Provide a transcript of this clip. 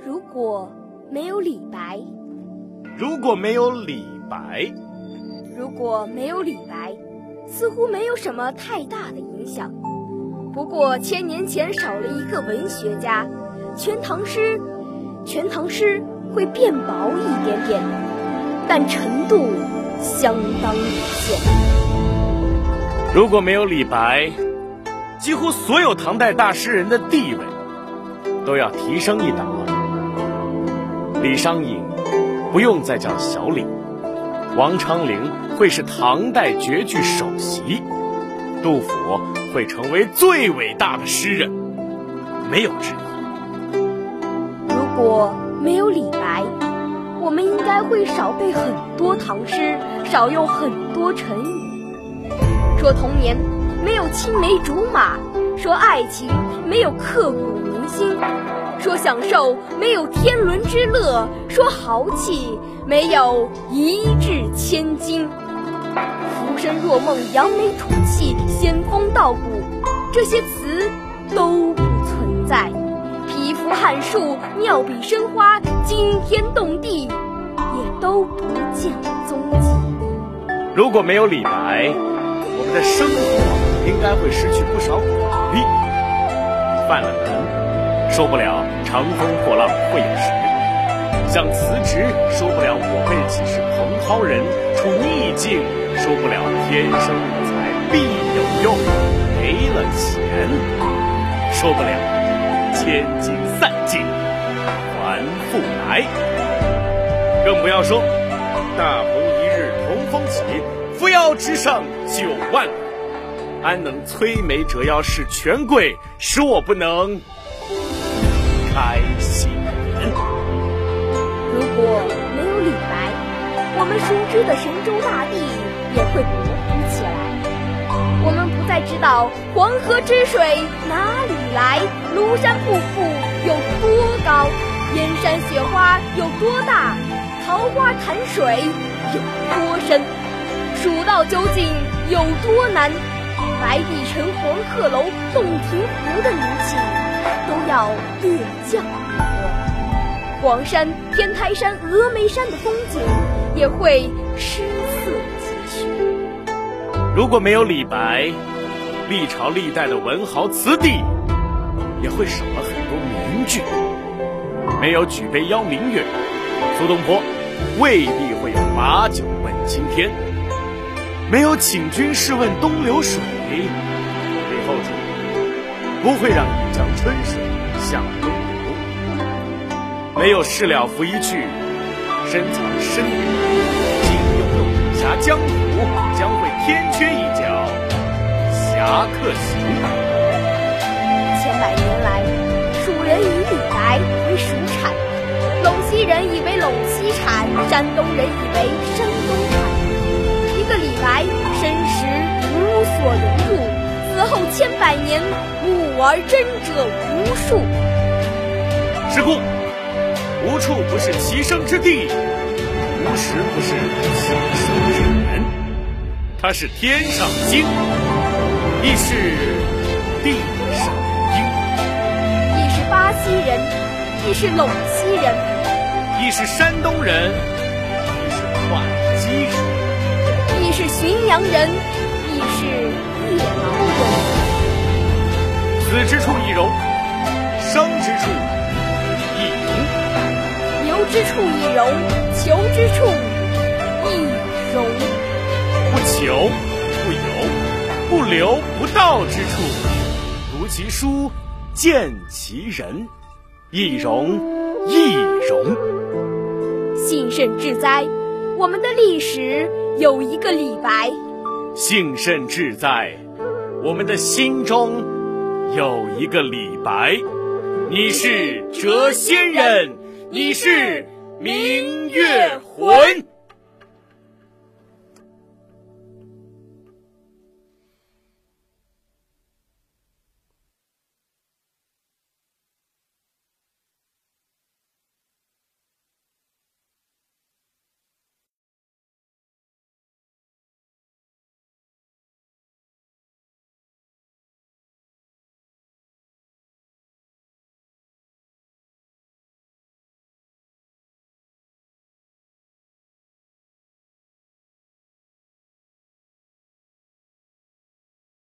如果没有李白， 如果没有李白， 如果没有李白，似乎没有什么太大的影响。不过千年前少了一个文学家，全唐诗会变薄一点点，但程度相当有限。 如果没有李白，几乎所有唐代大诗人的地位都要提升一档了。李商隐不用再叫小李，王昌龄会是唐代绝句首席，杜甫会成为最伟大的诗人，没有之一。 如果没有李白，我们应该会少背很多唐诗，少用很多成语。说童年没有青梅竹马，说爱情没有刻骨铭心，说享受没有天伦之乐，说豪气没有一掷千金。浮生若梦，扬眉吐气，仙风道骨，这些词都不存在。匹夫撼树，妙笔生花，惊天动地，也都不见踪迹。 如果没有李白，我们的生活应该会失去不少鼓励。犯了难，受不了长风破浪会有时；想辞职，受不了我辈岂是蓬蒿人；处逆境，受不了天生我材必有用；没了钱，受不了千金散尽还复来。更不要说大鹏一日同风起，扶摇直上9万里，安能摧眉折腰事权贵，使我不能开心颜。 如果没有李白，我们熟知的神州大地也会模糊起来。我们不再知道黄河之水哪里来，庐山瀑布有多高，燕山雪花有多大，桃花潭水有多深，蜀道究竟有多难。白帝城、黄鹤楼、洞庭湖的名气都要略降一波，黄山、天台山、峨眉山的风景也会失色几许。 如果没有李白，历朝历代的文豪词帝也会少了很多名句。没有举杯邀明月，苏东坡未必会有把酒问青天。没有请君试问东流水，李后主不会让一江春水向东流。没有事了拂衣去，深藏身边，金庸的武侠江湖将会天缺一角侠客行。 千百年来，蜀人以李白为蜀产，陇西人以为陇西产，山东人以为山东产。一个李白身时无所融入，死后千百年，慕而真者无数。 是故无处不是其生之地，无时不是其生之源。他是天上星，亦是地上英， 亦是巴西人，亦是陇西人， 亦是山东人，亦是会稽人， 亦是浔阳人，亦是夜郎人。 死之处亦荣，生之处亦荣， 留之处亦荣，求之处亦荣。 不求不有，不留不到之处，读其书，见其人，亦荣亦荣。 幸甚至哉，我们的历史有一个李白。 幸甚至哉，我们的心中有一个李白。你是谪仙人，你是明月魂。